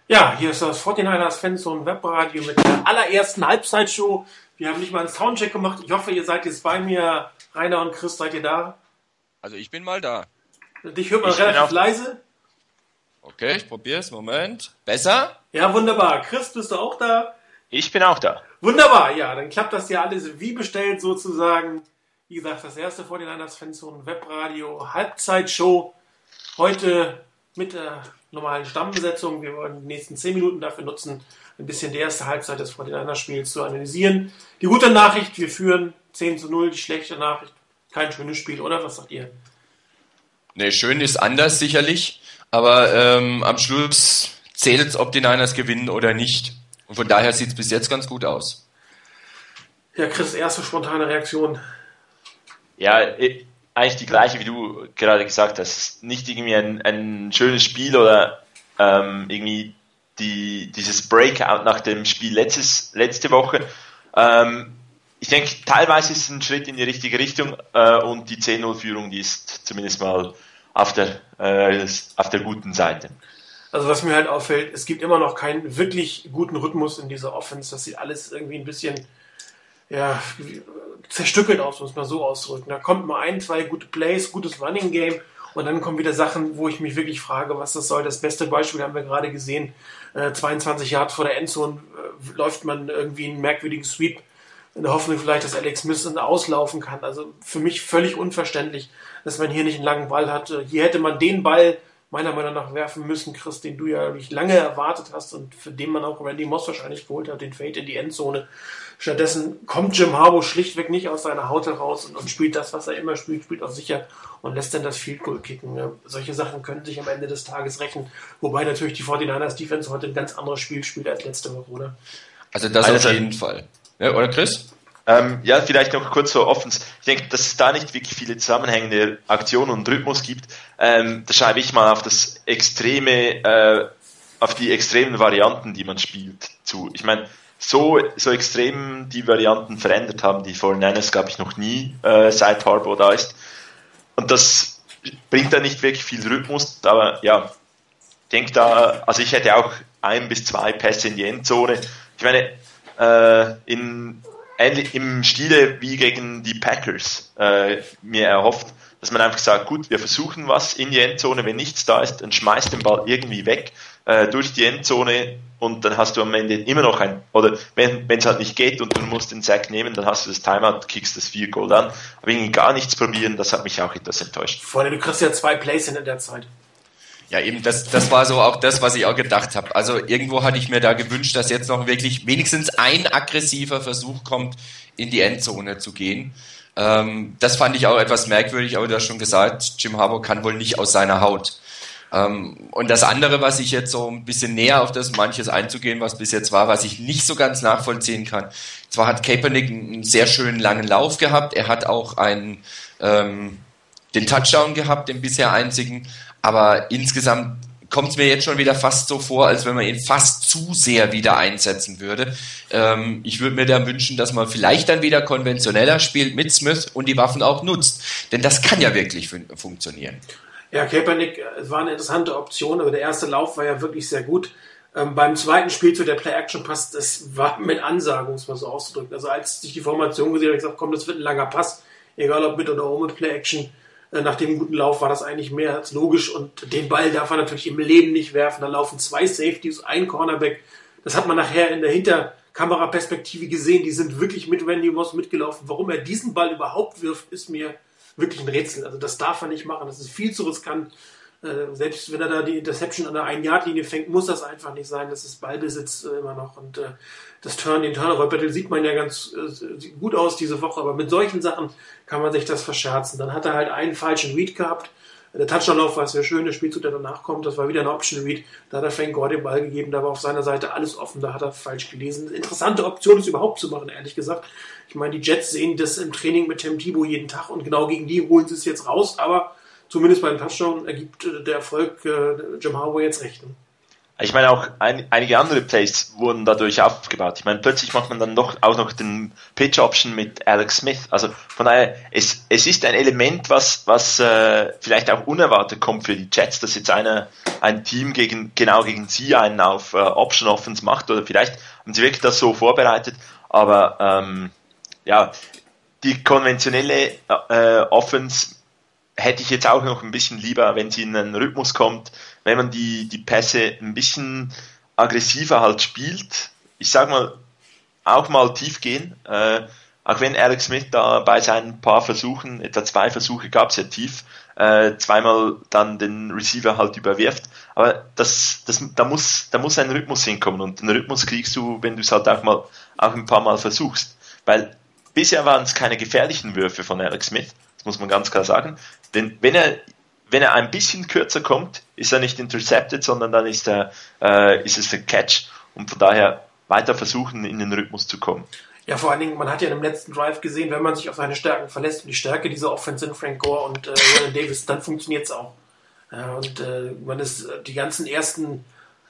Ja, hier ist das 49ers Fanzone Webradio mit der allerersten Halbzeitshow. Wir haben nicht mal einen Soundcheck gemacht. Ich hoffe, ihr seid jetzt bei mir. Rainer und Chris, seid ihr da? Also ich bin mal da. Dich hört man Ich bin relativ auch- leise. Okay, ich probier's. Moment. Besser? Ja, wunderbar. Chris, bist du auch da? Ich bin auch da. Wunderbar, ja, dann klappt das ja alles wie bestellt sozusagen. Wie gesagt, das erste 49ers Fanzone Webradio Halbzeitshow. Heute mit der normalen Stammbesetzung. Wir wollen die nächsten 10 Minuten dafür nutzen, ein bisschen die erste Halbzeit des 49ers Spiels zu analysieren. Die gute Nachricht, wir führen 10-0. Die schlechte Nachricht, kein schönes Spiel, oder? Was sagt ihr? Ne, schön ist anders sicherlich, aber am Schluss zählt's, ob die Niners gewinnen oder nicht. Und von daher sieht's bis jetzt ganz gut aus. Ja, Chris, erste spontane Reaktion. Ja, eigentlich die gleiche, wie du gerade gesagt hast. Es ist nicht irgendwie ein schönes Spiel oder irgendwie dieses Breakout nach dem Spiel letzte Woche. Ich denke, teilweise ist es ein Schritt in die richtige Richtung und die 10-0-Führung, die ist zumindest mal auf der guten Seite. Also was mir halt auffällt, es gibt immer noch keinen wirklich guten Rhythmus in dieser Offense. Das sieht alles irgendwie ein bisschen zerstückelt aus, muss man so ausdrücken. Da kommt mal 1-2 gute Plays, gutes Running Game und dann kommen wieder Sachen, wo ich mich wirklich frage, was das soll. Das beste Beispiel haben wir gerade gesehen. 22 Yards vor der Endzone läuft man irgendwie einen merkwürdigen Sweep in der Hoffnung vielleicht, dass Alex Smith auslaufen kann. Also für mich völlig unverständlich, dass man hier nicht einen langen Ball hat. Hier hätte man den Ball meiner Meinung nach werfen müssen, Chris, den du ja nicht lange erwartet hast und für den man auch Randy Moss wahrscheinlich geholt hat, den Fade in die Endzone. Stattdessen kommt Jim Harbaugh schlichtweg nicht aus seiner Haut heraus und spielt das, was er immer spielt, spielt auch sicher und lässt dann das Field Goal kicken. Ja, solche Sachen können sich am Ende des Tages rächen, wobei natürlich die 49ers Defense heute ein ganz anderes Spiel spielt als letzte Woche, oder? Also das auf jeden Fall. Ja, oder Chris? Ja, vielleicht noch kurz zur Offense. Ich denke, dass es da nicht wirklich viele zusammenhängende Aktionen und Rhythmus gibt. Da schreibe ich mal auf auf die extremen Varianten, die man spielt, zu. Ich meine, so extrem die Varianten verändert haben die 49ers, glaube ich, noch nie, seit Harbaugh da ist. Und das bringt da nicht wirklich viel Rhythmus, aber ja, ich denke also ich hätte auch 1 bis 2 Pässe in die Endzone. Ich meine, im Stile wie gegen die Packers mir erhofft, dass man einfach sagt, gut, wir versuchen was in die Endzone, wenn nichts da ist, dann schmeißt den Ball irgendwie weg durch die Endzone und dann hast du am Ende immer noch oder wenn es halt nicht geht und du musst den Sack nehmen, dann hast du das Timeout, kickst das 4 Goal an, aber irgendwie gar nichts probieren, das hat mich auch etwas enttäuscht. Vor allem, du kriegst ja 2 Plays in der Zeit. Ja, eben, das war so auch das, was ich auch gedacht habe. Also irgendwo hatte ich mir da gewünscht, dass jetzt noch wirklich wenigstens ein aggressiver Versuch kommt, in die Endzone zu gehen. Das fand ich auch etwas merkwürdig, aber du hast schon gesagt, Jim Harbaugh kann wohl nicht aus seiner Haut. Und das andere, was ich jetzt so ein bisschen näher auf das manches einzugehen, was bis jetzt war, was ich nicht so ganz nachvollziehen kann. Zwar hat Kaepernick einen sehr schönen langen Lauf gehabt, er hat auch den Touchdown gehabt, den bisher einzigen, aber insgesamt kommt es mir jetzt schon wieder fast so vor, als wenn man ihn fast zu sehr wieder einsetzen würde. Ich würde mir da wünschen, dass man vielleicht dann wieder konventioneller spielt mit Smith und die Waffen auch nutzt. Denn das kann ja wirklich funktionieren. Ja, Kaepernick war eine interessante Option, aber der erste Lauf war ja wirklich sehr gut. Beim zweiten Spielzug der Play-Action-Pass, das war mit Ansage, um es mal so auszudrücken. Also als ich die Formation gesehen habe, habe ich gesagt, komm, das wird ein langer Pass, egal ob mit oder ohne Play-Action. Nach dem guten Lauf war das eigentlich mehr als logisch und den Ball darf er natürlich im Leben nicht werfen. Da laufen 2 Safeties, ein Cornerback. Das hat man nachher in der Hinterkameraperspektive gesehen. Die sind wirklich mit Randy Moss mitgelaufen. Warum er diesen Ball überhaupt wirft, ist mir wirklich ein Rätsel. Also das darf er nicht machen. Das ist viel zu riskant. Selbst wenn er da die Interception an der 1-Yard-Linie fängt, muss das einfach nicht sein. Das ist Ballbesitz immer noch. Und den Turnover-Battle sieht man ja ganz sieht gut aus diese Woche. Aber mit solchen Sachen kann man sich das verscherzen. Dann hat er halt einen falschen Read gehabt. Der Touchdown-Lauf war sehr schön. Der Spielzug, der danach kommt, das war wieder ein Option-Read. Da hat er Frank Gore den Ball gegeben. Da war auf seiner Seite alles offen. Da hat er falsch gelesen. Interessante Option, das überhaupt zu machen, ehrlich gesagt. Ich meine, die Jets sehen das im Training mit Tim Tebow jeden Tag. Und genau gegen die holen sie es jetzt raus. Aber zumindest beim Touchdown ergibt der Erfolg Jim Harbaugh jetzt recht. Ich meine, auch einige andere Plays wurden dadurch aufgebaut. Ich meine, plötzlich macht man dann auch noch den Pitch-Option mit Alex Smith. Also von daher, es ist ein Element, was vielleicht auch unerwartet kommt für die Jets, dass jetzt ein Team genau gegen sie einen auf Option-Offense macht, oder vielleicht haben sie wirklich das so vorbereitet. Aber die konventionelle Offense hätte ich jetzt auch noch ein bisschen lieber, wenn sie in einen Rhythmus kommt, wenn man die Pässe ein bisschen aggressiver halt spielt. Ich sag mal, auch mal tief gehen. Auch wenn Alex Smith da bei seinen paar Versuchen, etwa 2 Versuche gab es ja tief, zweimal dann den Receiver halt überwirft. Aber da muss ein Rhythmus hinkommen, und den Rhythmus kriegst du, wenn du es halt auch ein paar Mal versuchst. Weil bisher waren es keine gefährlichen Würfe von Alex Smith, das muss man ganz klar sagen. Denn wenn er ein bisschen kürzer kommt, ist er nicht intercepted, sondern dann ist es ein Catch, und von daher weiter versuchen, in den Rhythmus zu kommen. Ja, vor allen Dingen, man hat ja im letzten Drive gesehen, wenn man sich auf seine Stärken verlässt, und die Stärke dieser Offense sind Frank Gore und Vernon Davis, dann funktioniert es auch. Man ist die ganzen ersten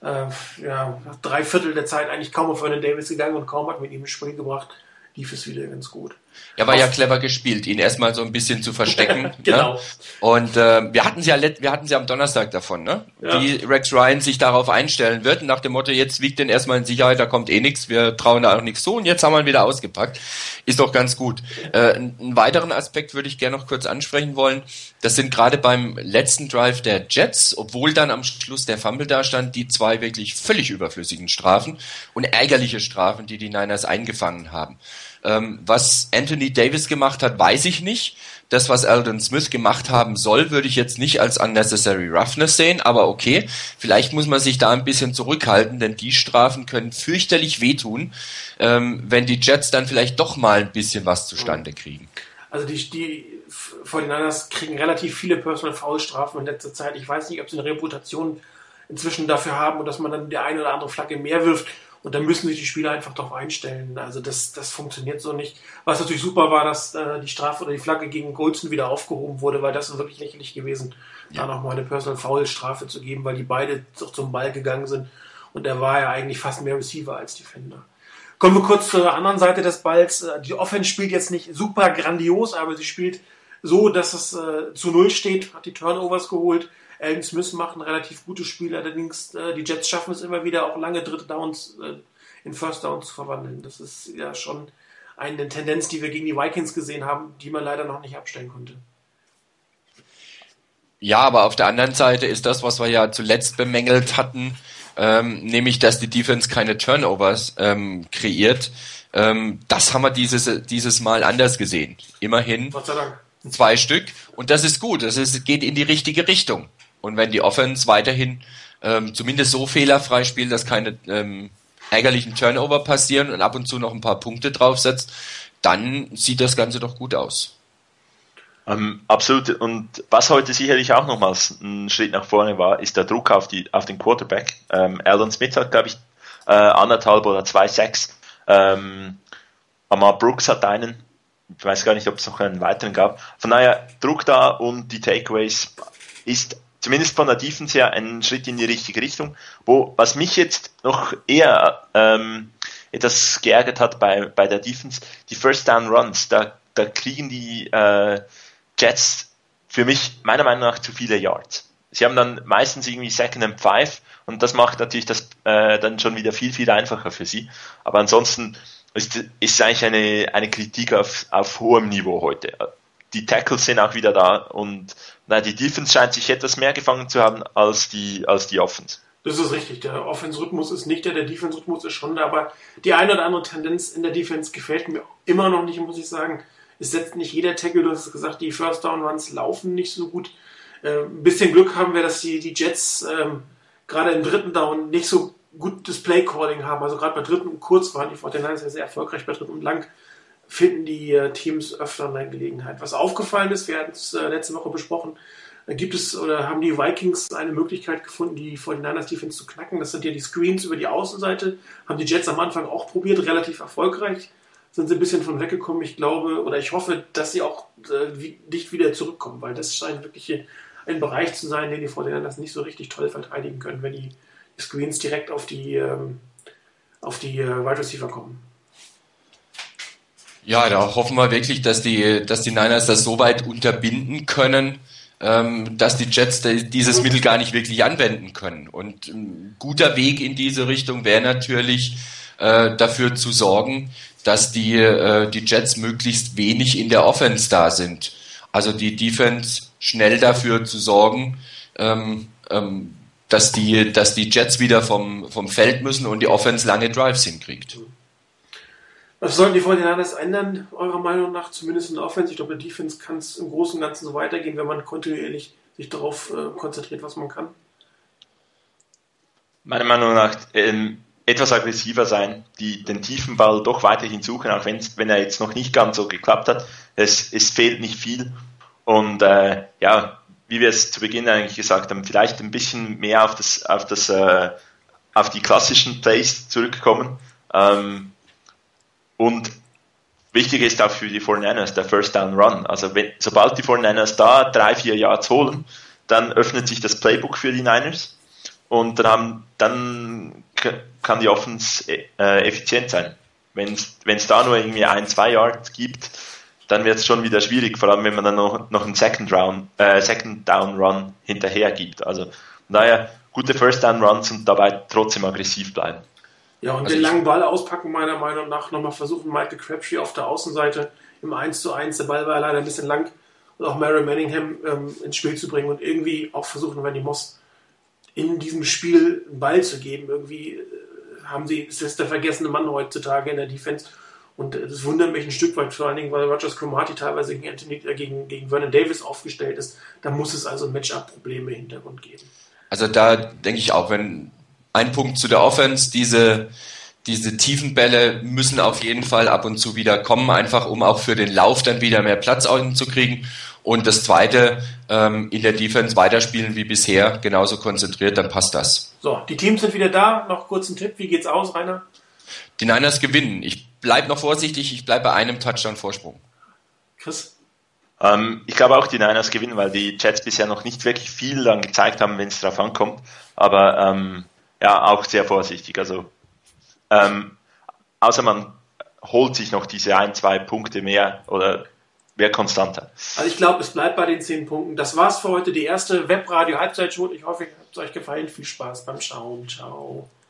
3/4 der Zeit eigentlich kaum auf Vernon Davis gegangen, und kaum hat mit ihm ein Spiel gebracht, lief es wieder ganz gut. Ja, war ja clever gespielt, ihn erstmal so ein bisschen zu verstecken. Genau. Ne? Und wir hatten sie am Donnerstag davon, ne? Ja. Wie Rex Ryan sich darauf einstellen wird, nach dem Motto, jetzt wiegt den erstmal in Sicherheit, da kommt eh nichts, wir trauen da auch nichts zu, und jetzt haben wir ihn wieder ausgepackt. Ist doch ganz gut. Einen weiteren Aspekt würde ich gerne noch kurz ansprechen wollen. Das sind gerade beim letzten Drive der Jets, obwohl dann am Schluss der Fumble da stand, die 2 wirklich völlig überflüssigen Strafen und ärgerliche Strafen, die Niners eingefangen haben. Was Anthony Davis gemacht hat, weiß ich nicht. Das, was Aldon Smith gemacht haben soll, würde ich jetzt nicht als unnecessary roughness sehen, aber okay, vielleicht muss man sich da ein bisschen zurückhalten, denn die Strafen können fürchterlich wehtun, wenn die Jets dann vielleicht doch mal ein bisschen was zustande kriegen. Also die 49ers kriegen relativ viele Personal Foul Strafen in letzter Zeit. Ich weiß nicht, ob sie eine Reputation inzwischen dafür haben, und dass man dann die eine oder andere Flagge mehr wirft. Und dann müssen sich die Spieler einfach darauf einstellen. Also das funktioniert so nicht. Was natürlich super war, dass die Strafe oder die Flagge gegen Golson wieder aufgehoben wurde, weil das ist wirklich lächerlich gewesen, da nochmal eine Personal Foul Strafe zu geben, weil die beide doch zum Ball gegangen sind. Und er war ja eigentlich fast mehr Receiver als Defender. Kommen wir kurz zur anderen Seite des Balls. Die Offense spielt jetzt nicht super grandios, aber sie spielt so, dass es zu 0 steht, hat die Turnovers geholt. Aldon Smith macht ein relativ gutes Spiel, allerdings die Jets schaffen es immer wieder, auch lange dritte Downs in First Downs zu verwandeln. Das ist ja schon eine Tendenz, die wir gegen die Vikings gesehen haben, die man leider noch nicht abstellen konnte. Ja, aber auf der anderen Seite ist das, was wir ja zuletzt bemängelt hatten, nämlich, dass die Defense keine Turnovers kreiert. Das haben wir dieses Mal anders gesehen. Immerhin Gott sei Dank 2 Stück, und das ist gut. Geht in die richtige Richtung. Und wenn die Offense weiterhin zumindest so fehlerfrei spielt, dass keine ärgerlichen Turnover passieren und ab und zu noch ein paar Punkte draufsetzt, dann sieht das Ganze doch gut aus. Absolut. Und was heute sicherlich auch nochmals ein Schritt nach vorne war, ist der Druck auf den Quarterback. Aldon Smith hat, glaube ich, 1,5 oder 2 Sacks. Amar Brooks hat einen. Ich weiß gar nicht, ob es noch einen weiteren gab. Von daher, Druck da, und die Takeaways ist zumindest von der Defense her ein Schritt in die richtige Richtung. Was mich jetzt noch eher etwas geärgert hat bei der Defense, die First Down Runs, da kriegen die Jets für mich meiner Meinung nach zu viele Yards. Sie haben dann meistens irgendwie Second and 5, und das macht natürlich das dann schon wieder viel, viel einfacher für sie. Aber ansonsten ist eigentlich eine Kritik auf hohem Niveau heute. Die Tackles sind auch wieder da, und die Defense scheint sich etwas mehr gefangen zu haben als die Offense. Das ist richtig. Der Offense-Rhythmus ist nicht der Defense-Rhythmus ist schon da, aber die eine oder andere Tendenz in der Defense gefällt mir immer noch nicht, muss ich sagen. Es setzt nicht jeder Tackle, du hast gesagt, die First Down Runs laufen nicht so gut. Ein bisschen Glück haben wir, dass die Jets gerade im dritten Down nicht so gutes Play-Calling haben. Also gerade bei dritten und kurz waren die 49ers sehr erfolgreich, bei dritten und lang finden die Teams öfter eine Gelegenheit. Was aufgefallen ist, wir hatten es letzte Woche besprochen, haben die Vikings eine Möglichkeit gefunden, die 49ers Defense zu knacken. Das sind ja die Screens über die Außenseite. Haben die Jets am Anfang auch probiert, relativ erfolgreich. Sind sie ein bisschen von weggekommen. Ich glaube, oder ich hoffe, dass sie auch nicht wieder zurückkommen, weil das scheint wirklich ein Bereich zu sein, den die 49ers nicht so richtig toll verteidigen können, wenn die Screens direkt auf die Wide Receiver kommen. Ja, da hoffen wir wirklich, dass die Niners das so weit unterbinden können, dass die Jets dieses Mittel gar nicht wirklich anwenden können. Und ein guter Weg in diese Richtung wäre natürlich, dafür zu sorgen, dass die Jets möglichst wenig in der Offense da sind. Also die Defense schnell dafür zu sorgen, dass die Jets wieder vom Feld müssen und die Offense lange Drives hinkriegt. Was sollten die 49ers ändern, eurer Meinung nach, zumindest in der Offense? Ich glaube, der Defense kann es im Großen und Ganzen so weitergehen, wenn man kontinuierlich sich darauf konzentriert, was man kann. Meiner Meinung nach etwas aggressiver sein, den tiefen Ball doch weiterhin suchen, auch wenn er jetzt noch nicht ganz so geklappt hat. Es fehlt nicht viel. Und wie wir es zu Beginn eigentlich gesagt haben, vielleicht ein bisschen mehr auf die klassischen Plays zurückkommen. Und wichtig ist auch für die 49ers der First Down Run. Also sobald die 49ers da 3-4 Yards holen, dann öffnet sich das Playbook für die Niners und dann kann die Offense effizient sein. Wenn es da nur irgendwie 1-2 Yards gibt, dann wird es schon wieder schwierig, vor allem wenn man dann noch einen Second Down Run hinterher gibt. Also von daher gute First Down Runs und dabei trotzdem aggressiv bleiben. Ja, und den langen Ball auspacken, meiner Meinung nach, nochmal versuchen, Michael Crabtree auf der Außenseite im 1:1, der Ball war leider ein bisschen lang, und auch Mary Manningham ins Spiel zu bringen und irgendwie auch versuchen, Randy Moss in diesem Spiel einen Ball zu geben. Irgendwie es ist der vergessene Mann heutzutage in der Defense und das wundert mich ein Stück weit, vor allen Dingen, weil Rogers Cromartie teilweise gegen Vernon Davis aufgestellt ist. Da muss es also Matchup-Probleme im Hintergrund geben. Also da denke ich auch, wenn ein Punkt zu der Offense, diese tiefen Bälle müssen auf jeden Fall ab und zu wieder kommen, einfach um auch für den Lauf dann wieder mehr Platz zu kriegen. Und das Zweite, in der Defense weiterspielen wie bisher, genauso konzentriert, dann passt das. So, die Teams sind wieder da. Noch kurz ein Tipp, wie geht's aus, Rainer? Die Niners gewinnen. Ich bleibe noch vorsichtig, ich bleibe bei einem Touchdown-Vorsprung. Chris? Ich glaube auch, die Niners gewinnen, weil die Jets bisher noch nicht wirklich viel dann gezeigt haben, wenn es darauf ankommt. Aber auch sehr vorsichtig. Also außer man holt sich noch diese 1-2 Punkte mehr oder wäre konstanter. Also ich glaube, es bleibt bei den 10 Punkten. Das war's für heute, die erste Webradio-Halbzeitshow. Ich hoffe, es hat euch gefallen. Viel Spaß beim Schauen. Ciao.